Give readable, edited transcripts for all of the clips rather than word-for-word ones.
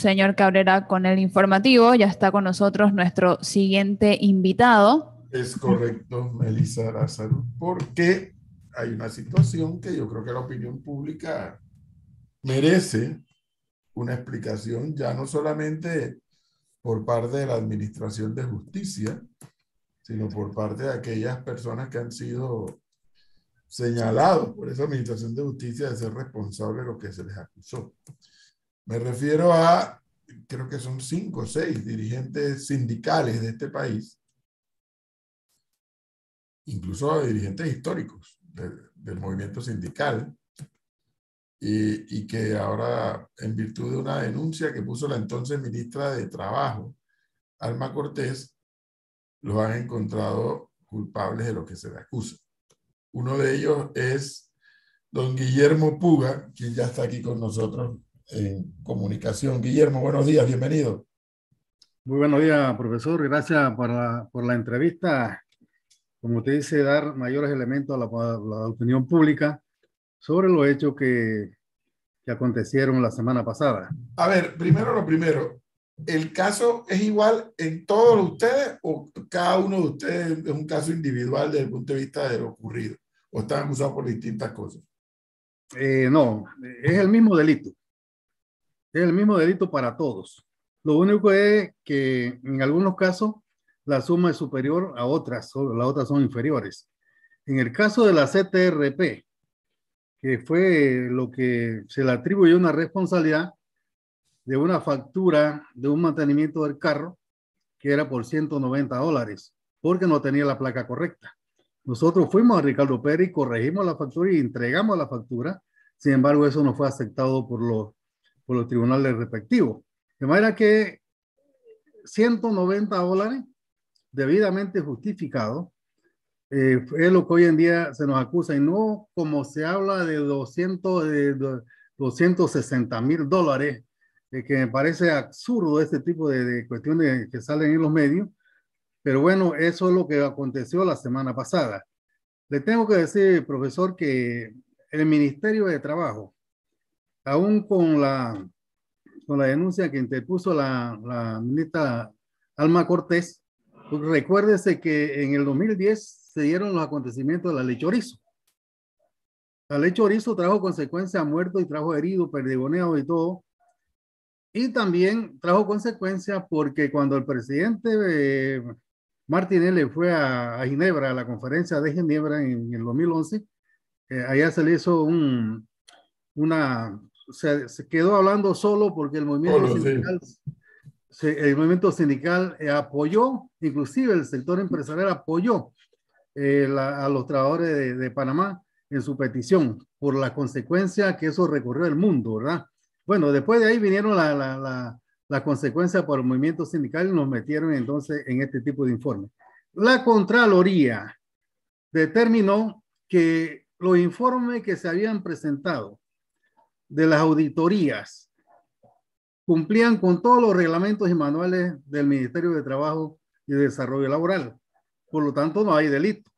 señor Cabrera, con el informativo. Ya está con nosotros nuestro siguiente invitado. Es correcto, Melissa Lázaro, porque hay una situación que yo creo que la opinión pública merece una explicación, ya no solamente por parte de la Administración de Justicia, sino por parte de aquellas personas que han sido señalados por esa Administración de Justicia de ser responsables de lo que se les acusó. Me refiero a, creo que son 5 o 6 dirigentes sindicales de este país, incluso a dirigentes históricos del movimiento sindical, y que ahora, en virtud de una denuncia que puso la entonces ministra de Trabajo, Alma Cortés, los han encontrado culpables de lo que se le acusa. Uno de ellos es don Guillermo Puga, quien ya está aquí con nosotros en comunicación. Guillermo, buenos días, bienvenido. Muy buenos días, profesor. Gracias por la entrevista. Como usted dice, dar mayores elementos a la opinión pública sobre los hechos que acontecieron la semana pasada. A ver, primero lo primero, ¿el caso es igual en todos ustedes o cada uno de ustedes es un caso individual desde el punto de vista de lo ocurrido? ¿O están acusados por distintas cosas? No, es el mismo delito. Es el mismo delito para todos. Lo único es que en algunos casos la suma es superior a otras, las otras son inferiores. En el caso de la CTRP, que fue lo que se le atribuyó una responsabilidad de una factura de un mantenimiento del carro que era por $190 porque no tenía la placa correcta. Nosotros fuimos a Ricardo Pérez y corregimos la factura y entregamos la factura. Sin embargo, eso no fue aceptado por los tribunales respectivos. De manera que $190 debidamente justificado es lo que hoy en día se nos acusa, y no como se habla de 260,000 dólares, que me parece absurdo este tipo de cuestiones que salen en los medios. Pero bueno, eso es lo que aconteció la semana pasada. Le tengo que decir, profesor, que el Ministerio de Trabajo, aún con la denuncia que interpuso la ministra Alma Cortés, pues recuérdese que en el 2010 se dieron los acontecimientos de la ley Chorizo. La ley Chorizo trajo consecuencias, muertos y trajo heridos, perdigoneados y todo. Y también trajo consecuencias porque cuando el presidente Martinelli fue a Ginebra, a la conferencia de Ginebra en el 2011, allá se le hizo se quedó hablando solo porque el movimiento sindical, apoyó, inclusive el sector empresarial apoyó a los trabajadores de Panamá en su petición por la consecuencia que eso recorrió el mundo, ¿verdad? Bueno, después de ahí vinieron las consecuencias por el movimiento sindical y nos metieron entonces en este tipo de informes. La Contraloría determinó que los informes que se habían presentado de las auditorías cumplían con todos los reglamentos y manuales del Ministerio de Trabajo y Desarrollo Laboral. Por lo tanto, no hay delito.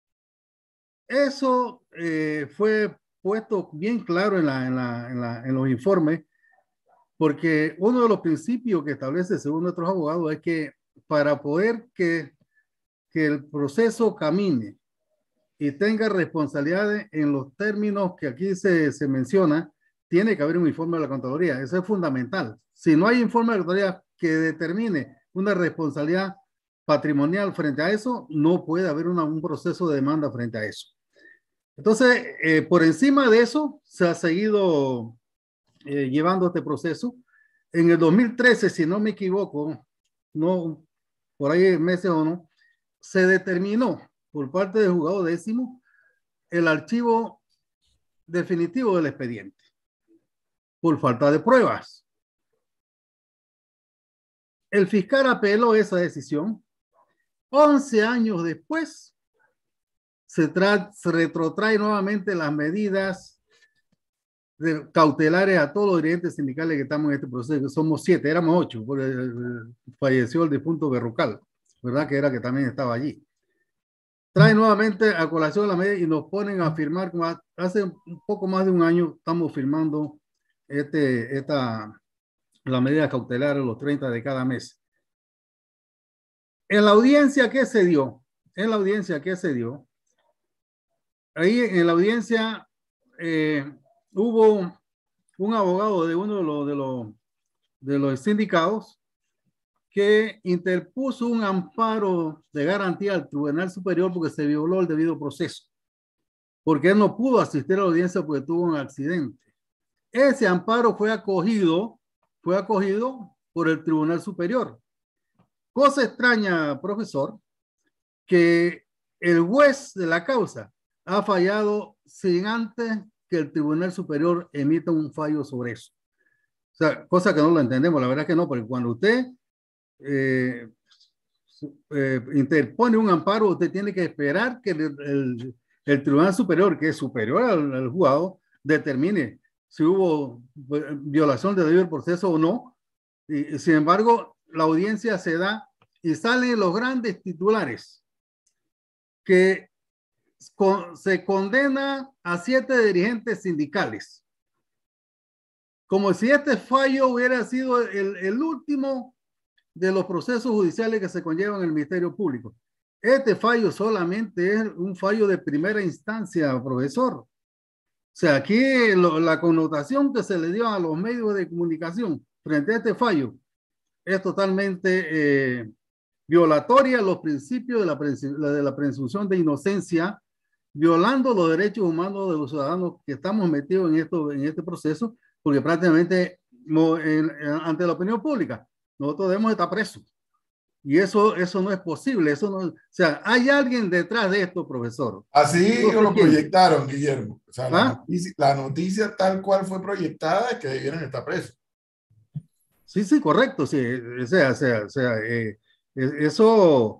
Eso fue puesto bien claro en los informes, porque uno de los principios que establece, según nuestros abogados, es que para poder que el proceso camine y tenga responsabilidades en los términos que aquí se menciona, tiene que haber un informe de la Contraloría. Eso es fundamental. Si no hay informe de la Contraloría que determine una responsabilidad patrimonial frente a eso, no puede haber un proceso de demanda frente a eso. Entonces, por encima de eso, se ha seguido llevando este proceso. En el 2013, si no me equivoco, no, por ahí meses o no, se determinó por parte del juzgado décimo el archivo definitivo del expediente por falta de pruebas. El fiscal apeló esa decisión. 11 años después, se retrotrae nuevamente las medidas cautelares a todos los dirigentes sindicales que estamos en este proceso. Somos 7, éramos 8, porque falleció el difunto Berrocal, ¿verdad? Que era que también estaba allí. Trae nuevamente a colación la medida y nos ponen a firmar, hace un poco más de un año estamos firmando esta la medida cautelar a los 30 de cada mes. En la audiencia que se dio, ahí en la audiencia hubo un abogado de uno de los sindicados que interpuso un amparo de garantía al Tribunal Superior porque se violó el debido proceso, porque él no pudo asistir a la audiencia porque tuvo un accidente. Ese amparo fue acogido por el Tribunal Superior. Cosa extraña, profesor, que el juez de la causa ha fallado sin antes que el Tribunal Superior emita un fallo sobre eso. O sea, cosa que no lo entendemos, la verdad que no, porque cuando usted interpone un amparo, usted tiene que esperar que el Tribunal Superior, que es superior al juzgado, determine si hubo violación del debido proceso o no. Y, sin embargo, la audiencia se da y salen los grandes titulares que se condena a 7 dirigentes sindicales, como si este fallo hubiera sido el último de los procesos judiciales que se conllevan en el Ministerio Público. Este fallo solamente es un fallo de primera instancia, profesor. O sea, aquí la connotación que se le dio a los medios de comunicación frente a este fallo es totalmente violatoria a los principios de la presunción de inocencia, violando los derechos humanos de los ciudadanos que estamos metidos en este proceso, porque prácticamente ante la opinión pública nosotros debemos estar presos. Y eso no es posible. O sea, hay alguien detrás de esto, profesor. Así No sé lo quién. proyectaron, Guillermo. O sea, ¿Ah? la noticia tal cual fue proyectada es que debieran estar presos. Sí, correcto. Sí. Eso,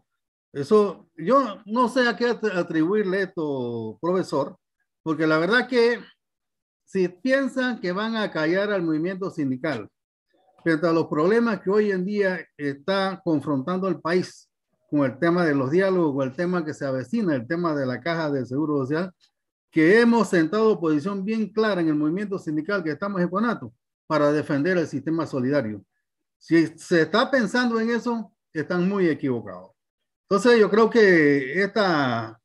yo no sé a qué atribuirle esto, profesor, porque la verdad que si piensan que van a callar al movimiento sindical frente a los problemas que hoy en día está confrontando el país con el tema de los diálogos, con el tema que se avecina, el tema de la caja del Seguro Social, que hemos sentado posición bien clara en el movimiento sindical que estamos en Conato para defender el sistema solidario. Si se está pensando en eso, están muy equivocados. Entonces yo creo que esta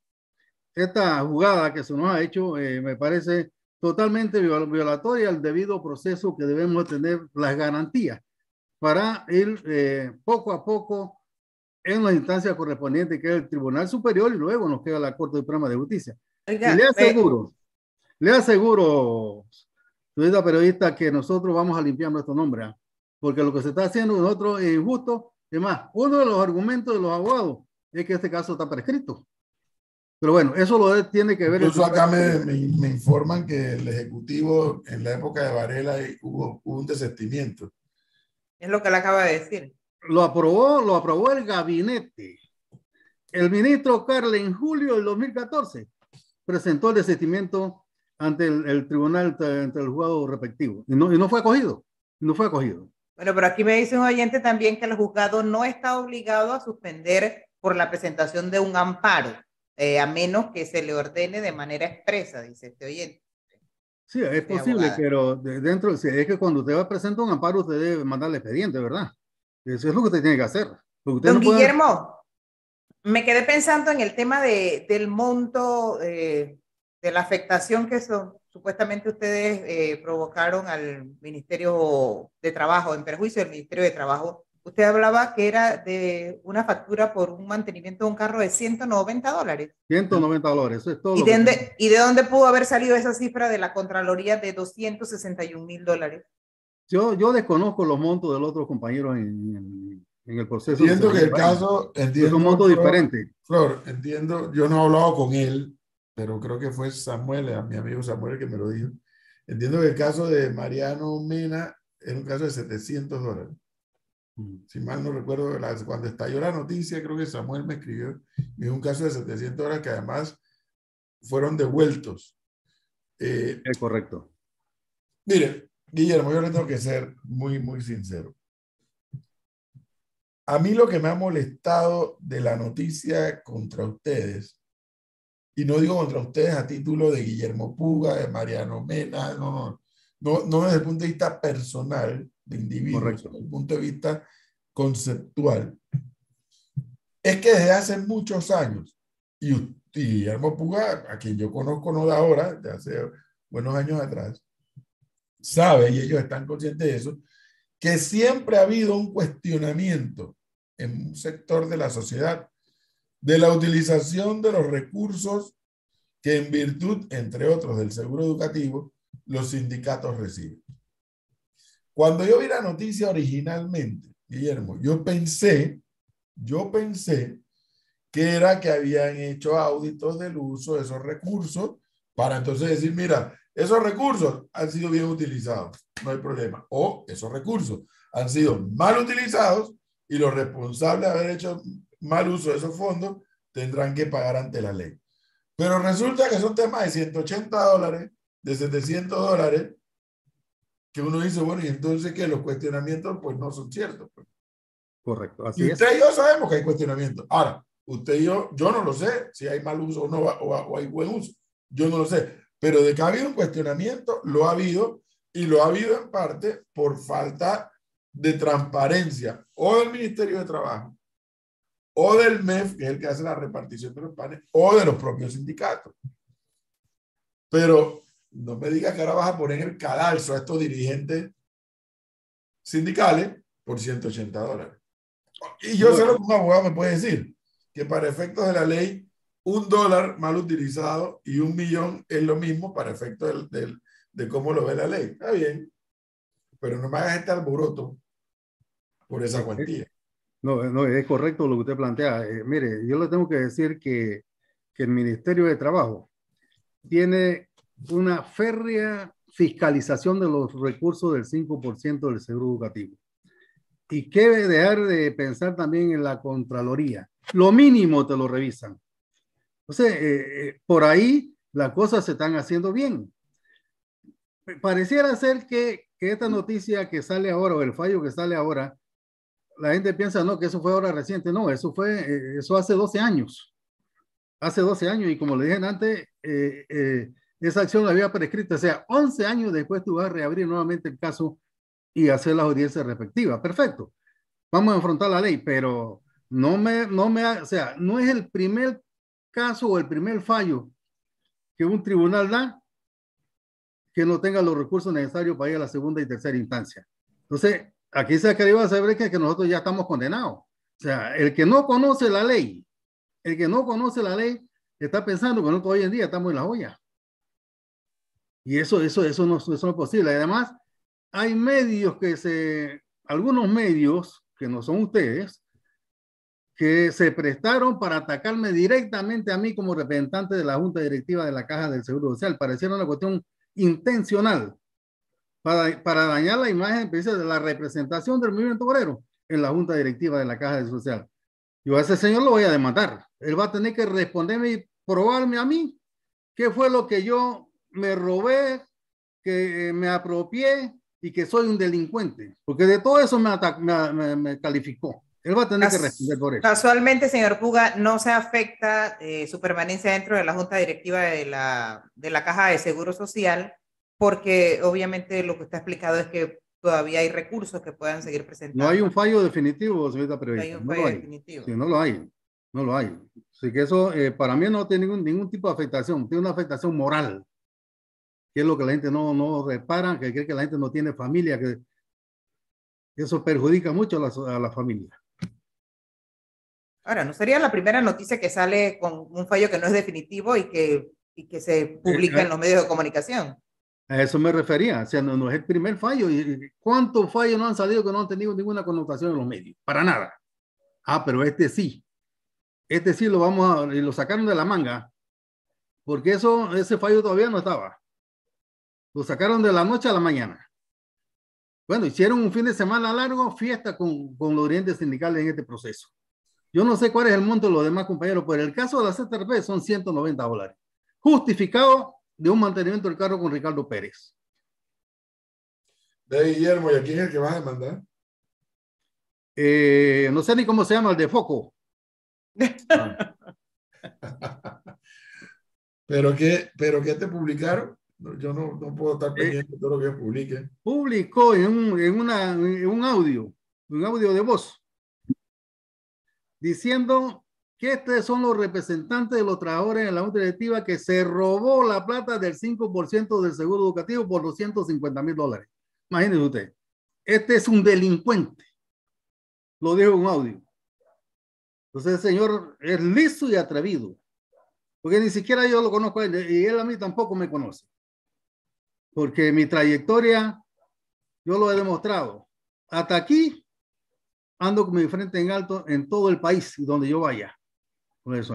jugada que se nos ha hecho me parece totalmente violatoria al debido proceso que debemos tener las garantías para ir poco a poco en las instancias correspondientes, que es el Tribunal Superior, y luego nos queda la Corte Suprema de Justicia. Oiga, Y le aseguro, señorita periodista, que nosotros vamos a limpiar nuestro nombre, ¿eh? Porque lo que se está haciendo nosotros es injusto. Es más, uno de los argumentos de los abogados es que este caso está prescrito. Pero bueno, eso tiene que ver... Incluso acá me informan que el Ejecutivo en la época de Varela hubo un desistimiento. es lo que le acaba de decir. Lo aprobó el gabinete. El ministro Carles en julio del 2014 presentó el desistimiento ante el tribunal, ante el juzgado respectivo. Y no fue acogido. No fue acogido. Bueno, pero aquí me dice un oyente también que el juzgado no está obligado a suspender por la presentación de un amparo, a menos que se le ordene de manera expresa, dice este oyente. Sí, es posible, abogada. Pero dentro, es que cuando usted va a presentar un amparo, usted debe mandarle expediente, ¿verdad? Eso es lo que usted tiene que hacer. Don Guillermo, me quedé pensando en el tema del monto de la afectación que supuestamente ustedes provocaron al Ministerio de Trabajo, en perjuicio del Ministerio de Trabajo. Usted hablaba que era de una factura por un mantenimiento de un carro de $190. $190, eso es todo. ¿Y de dónde pudo haber salido esa cifra de la Contraloría de $261,000? Yo desconozco los montos de los otros compañeros en el proceso. Entiendo que el caso... Es un monto diferente. Flor, entiendo, yo no he hablado con él, pero creo que fue Samuel, a mi amigo Samuel, que me lo dijo. Entiendo que el caso de Mariano Mena era un caso de $700. Si mal no recuerdo, cuando estalló la noticia, creo que Samuel me escribió, y un caso de $700 que además fueron devueltos. Es correcto. Mire, Guillermo, yo le tengo que ser muy, muy sincero. A mí lo que me ha molestado de la noticia contra ustedes, y no digo contra ustedes a título de Guillermo Puga, de Mariano Mena, no desde el punto de vista personal, de individuos, Correcto. desde el punto de vista conceptual, es que desde hace muchos años, y Guillermo Puga, a quien yo conozco no de ahora, de hace buenos años atrás, sabe, y ellos están conscientes de eso, que siempre ha habido un cuestionamiento en un sector de la sociedad de la utilización de los recursos que en virtud, entre otros, del seguro educativo, los sindicatos reciben. Cuando yo vi la noticia originalmente, Guillermo, yo pensé que era que habían hecho auditos del uso de esos recursos para entonces decir, mira, esos recursos han sido bien utilizados, no hay problema. O esos recursos han sido mal utilizados y los responsables de haber hecho mal uso de esos fondos tendrán que pagar ante la ley. Pero resulta que son temas de $180, de $700, que uno dice, bueno, y entonces que los cuestionamientos pues no son ciertos. Pues. Correcto, así Y es. usted y yo sabemos que hay cuestionamientos. Ahora, usted y yo no lo sé si hay mal uso o no, o hay buen uso. Yo no lo sé. Pero de que ha habido un cuestionamiento, lo ha habido, y lo ha habido en parte por falta de transparencia o del Ministerio de Trabajo, o del MEF, que es el que hace la repartición de los panes, o de los propios sindicatos. Pero no me digas que ahora vas a poner el cadalso a estos dirigentes sindicales por $180. Y yo sé lo que un abogado me puede decir, que para efectos de la ley, $1 mal utilizado y 1.000.000 es lo mismo para efectos de cómo lo ve la ley. Está bien, pero no me hagas este alboroto por esa cuantía. No, es correcto lo que usted plantea. Mire, yo le tengo que decir que el Ministerio de Trabajo tiene una férrea fiscalización de los recursos del 5% del seguro educativo. Y que dejar de pensar también en la Contraloría. Lo mínimo te lo revisan. Entonces, por ahí las cosas se están haciendo bien. Pareciera ser que esta noticia que sale ahora, o el fallo que sale ahora, la gente piensa, no, que eso fue ahora reciente. No, eso hace 12 años. Hace 12 años, y como le dije antes, esa acción la había prescrito. O sea, 11 años después tú vas a reabrir nuevamente el caso y hacer las audiencias respectivas. Perfecto. Vamos a enfrentar la ley, pero o sea, no es el primer caso o el primer fallo que un tribunal da que no tenga los recursos necesarios para ir a la segunda y tercera instancia. Entonces, aquí se ha querido hacer ver que nosotros ya estamos condenados. O sea, el que no conoce la ley, está pensando que nosotros hoy en día estamos en la olla. Y eso no es posible. Además, hay algunos medios que no son ustedes, que se prestaron para atacarme directamente a mí como representante de la Junta Directiva de la Caja del Seguro Social. Pareciera una cuestión intencional para dañar la imagen de la representación del movimiento obrero en la Junta Directiva de la Caja del Social. Yo a ese señor lo voy a demandar. Él va a tener que responderme y probarme a mí qué fue lo que yo me robé, que me apropié y que soy un delincuente. Porque de todo eso me calificó. Él va a tener que responder por eso. Casualmente, señor Puga, no se afecta su permanencia dentro de la Junta Directiva de la Caja de Seguro Social, porque obviamente lo que usted ha explicado es que todavía hay recursos que puedan seguir presentando. No hay un fallo definitivo, señorita periodista. No hay un fallo definitivo. Sí, no lo hay. Así que eso para mí no tiene ningún tipo de afectación, tiene una afectación moral, que es lo que la gente no repara, que cree que la gente no tiene familia, que eso perjudica mucho a la familia. Ahora, no sería la primera noticia que sale con un fallo que no es definitivo y que se publica en los medios de comunicación. A eso me refería, o sea, no es el primer fallo. ¿Y cuántos fallos no han salido que no han tenido ninguna connotación en los medios? Para nada. Pero este sí lo sacaron de la manga, porque ese fallo todavía no estaba. Lo sacaron de la noche a la mañana. Bueno, hicieron un fin de semana largo, fiesta con los dirigentes sindicales en este proceso. Yo no sé cuál es el monto de los demás compañeros, pero el caso de la CTRP son $190, justificado de un mantenimiento del carro con Ricardo Pérez. De Guillermo, ¿y a quién es el que vas a demandar? No sé ni cómo se llama, el de Foco. ¿Pero qué te publicaron? Yo no puedo estar pendiente de todo lo que publique. Publicó en un audio de voz, diciendo que estos son los representantes de los trabajadores en la Junta Directiva que se robó la plata del 5% del seguro educativo por $250,000. Imagínese usted, este es un delincuente, lo dijo en un audio. Entonces el señor es listo y atrevido, porque ni siquiera yo lo conozco a él, y él a mí tampoco me conoce, porque mi trayectoria yo lo he demostrado. Hasta aquí ando con mi frente en alto en todo el país donde yo vaya. Por eso.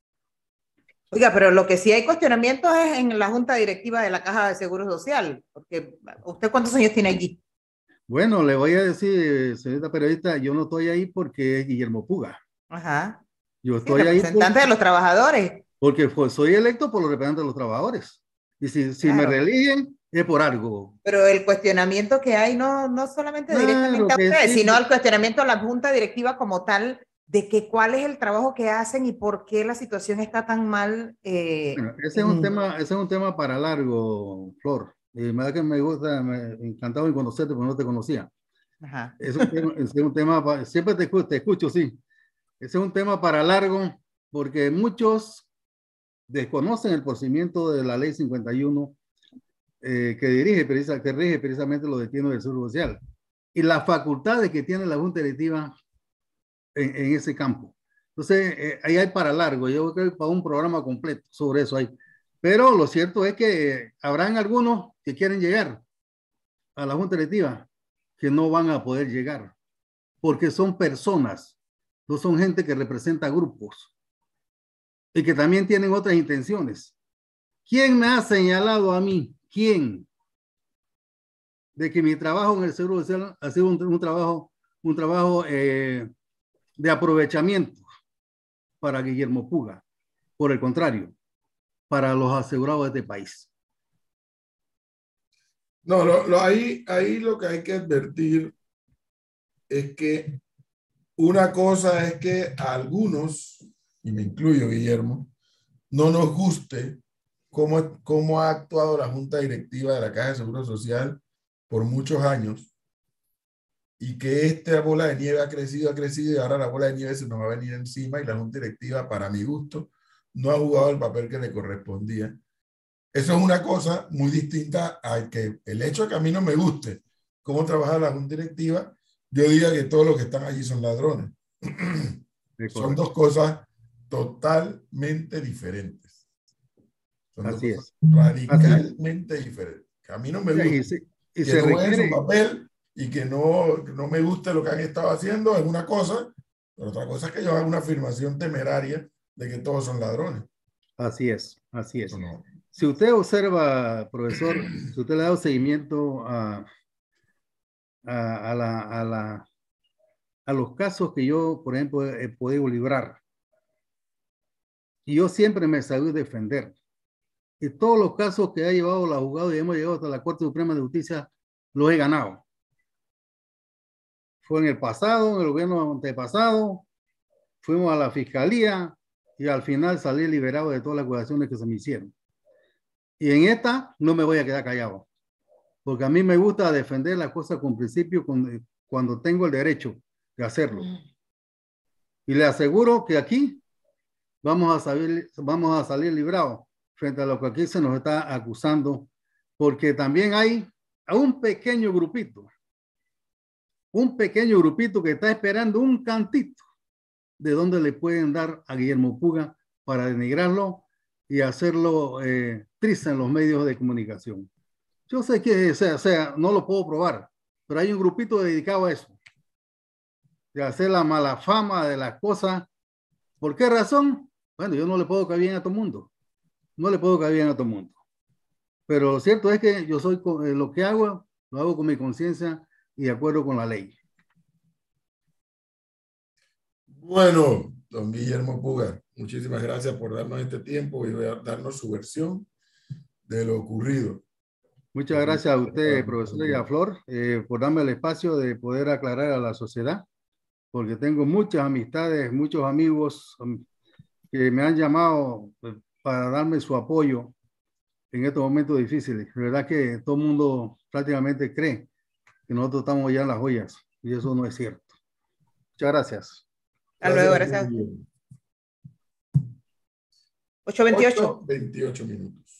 Oiga, pero lo que sí hay cuestionamientos es en la junta directiva de la Caja de Seguro Social, porque ¿usted cuántos años tiene allí? Bueno, le voy a decir, señorita periodista, yo no estoy ahí porque es Guillermo Puga. Ajá. Yo Sí, estoy ahí representante de los trabajadores. porque soy electo por los representantes de los trabajadores. Y si Claro. me reeligen, es por algo. Pero el cuestionamiento que hay no solamente directamente a ustedes, sí, sino el cuestionamiento a la junta directiva como tal, de que cuál es el trabajo que hacen y por qué la situación está tan mal. Bueno, ese es un tema para largo, Flor. Me da que me gusta, encantado en conocerte porque no te conocía. Ajá. Es un tema siempre te escucho, sí. Ese es un tema para largo porque muchos desconocen el procedimiento de la ley 51 que rige precisamente los destinos del Seguro Social y las facultades que tiene la Junta Directiva en ese campo. Entonces, ahí hay para largo, yo creo que para un programa completo sobre eso hay. Pero lo cierto es que habrán algunos que quieren llegar a la Junta Directiva que no van a poder llegar porque son personas, no son gente que representa grupos y que también tienen otras intenciones. ¿Quién me ha señalado a mí? ¿Quién? De que mi trabajo en el Seguro Social ha sido un trabajo de aprovechamiento para Guillermo Puga. Por el contrario, para los asegurados de este país. No, ahí lo que hay que advertir es que una cosa es que a algunos, y me incluyo, Guillermo, no nos guste cómo ha actuado la Junta Directiva de la Caja de Seguro Social por muchos años y que esta bola de nieve ha crecido y ahora la bola de nieve se nos va a venir encima y la Junta Directiva, para mi gusto, no ha jugado el papel que le correspondía. Eso es una cosa muy distinta a que el hecho de que a mí no me guste cómo trabaja la Junta Directiva, yo diga que todos los que están allí son ladrones. Son dos cosas totalmente diferentes. Son Así dos cosas es. radicalmente diferentes. Que a mí no me gusta. Y que se no requiere jueguen su papel y que no me guste lo que han estado haciendo es una cosa, pero otra cosa es que yo haga una afirmación temeraria de que todos son ladrones. Así es, así es. No. Si usted observa, profesor, si usted le ha dado seguimiento a los casos que yo, por ejemplo, he podido librar, y yo siempre me sabía defender. Y todos los casos que ha llevado la juzgado y hemos llegado hasta la Corte Suprema de Justicia, los he ganado. Fue en el pasado, en el gobierno antepasado, fuimos a la fiscalía y al final salí liberado de todas las acusaciones que se me hicieron. Y en esta no me voy a quedar callado, porque a mí me gusta defender las cosas con principio cuando tengo el derecho de hacerlo. Y le aseguro que aquí vamos a salir librados frente a lo que aquí se nos está acusando, porque también hay a un pequeño grupito que está esperando un cantito de donde le pueden dar a Guillermo Puga para denigrarlo y hacerlo triste en los medios de comunicación. Yo sé que no lo puedo probar, pero hay un grupito dedicado a eso, de hacer la mala fama de las cosas. ¿Por qué razón? Bueno, yo no le puedo caer bien a todo el mundo. No le puedo caer bien a todo el mundo. Pero lo cierto es que yo soy lo que hago, lo hago con mi conciencia y de acuerdo con la ley. Bueno, don Guillermo Puga, muchísimas gracias por darnos este tiempo y darnos su versión de lo ocurrido. Muchas gracias a usted, profesor y a Flor, por darme el espacio de poder aclarar a la sociedad, porque tengo muchas amistades, muchos amigos que me han llamado para darme su apoyo en estos momentos difíciles. La verdad que todo el mundo prácticamente cree que nosotros estamos ya en las joyas y eso no es cierto. Muchas gracias. Hasta luego, Gracias. gracias. 8:28. 8:28 minutos.